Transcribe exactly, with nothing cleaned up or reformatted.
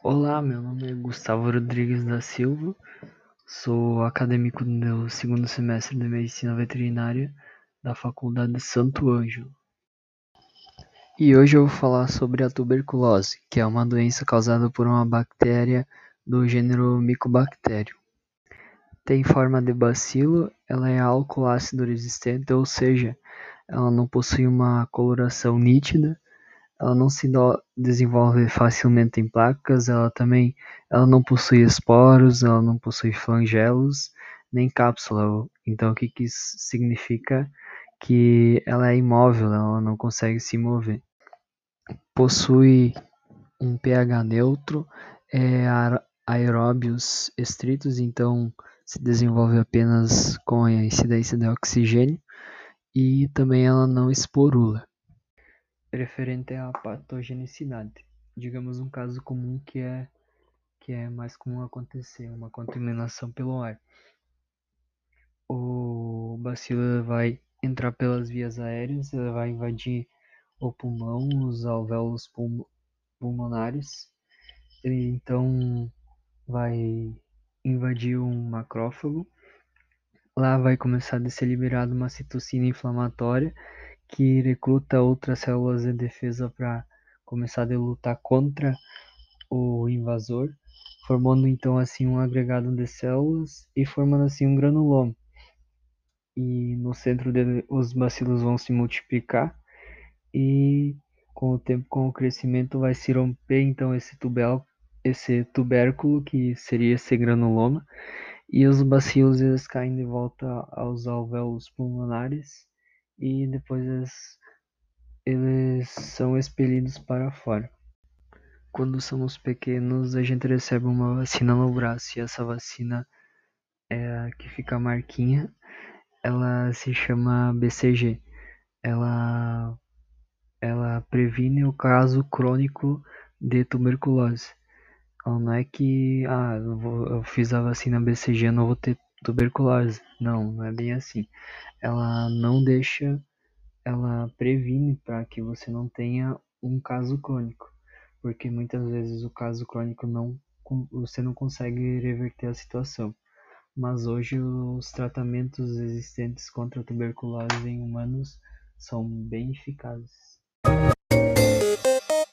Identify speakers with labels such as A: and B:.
A: Olá, meu nome é Gustavo Rodrigues da Silva, sou acadêmico do segundo semestre de Medicina Veterinária da Faculdade Santo Ângelo. E hoje eu vou falar sobre a tuberculose, que é uma doença causada por uma bactéria do gênero Mycobacterium. Tem forma de bacilo, ela é álcool ácido resistente, ou seja, ela não possui uma coloração nítida. Ela não se desenvolve facilmente em placas, ela também ela não possui esporos, ela não possui flagelos, nem cápsula. Então o que, que isso significa? Que ela é imóvel, ela não consegue se mover. Possui um pH neutro, é aeróbios estritos, então se desenvolve apenas com a incidência de oxigênio, e também ela não esporula. Referente à patogenicidade, digamos um caso comum que é que é mais comum acontecer, uma contaminação pelo ar. O bacilo vai entrar pelas vias aéreas, ele vai invadir o pulmão, os alvéolos pulmonares, ele então vai invadir um macrófago. Lá vai começar a ser liberada uma citocina inflamatória que recruta outras células de defesa para começar a lutar contra o invasor, formando então assim um agregado de células e formando assim um granuloma. E no centro dele os bacilos vão se multiplicar e com o tempo, com o crescimento, vai se romper então esse tubérculo, esse tubérculo que seria esse granuloma, e os bacilos eles caem de volta aos alvéolos pulmonares e depois eles, eles são expelidos para fora. Quando somos pequenos, a gente recebe uma vacina no braço, e essa vacina é a que fica a marquinha, ela se chama B C G. Ela, ela previne o caso crônico de tuberculose. Então, não é que ah, eu, vou, eu fiz a vacina B C G, eu não vou ter tuberculose. Não, não é bem assim. Ela não deixa, ela previne para que você não tenha um caso crônico, porque muitas vezes o caso crônico não, você não consegue reverter a situação. Mas hoje os tratamentos existentes contra a tuberculose em humanos são bem eficazes.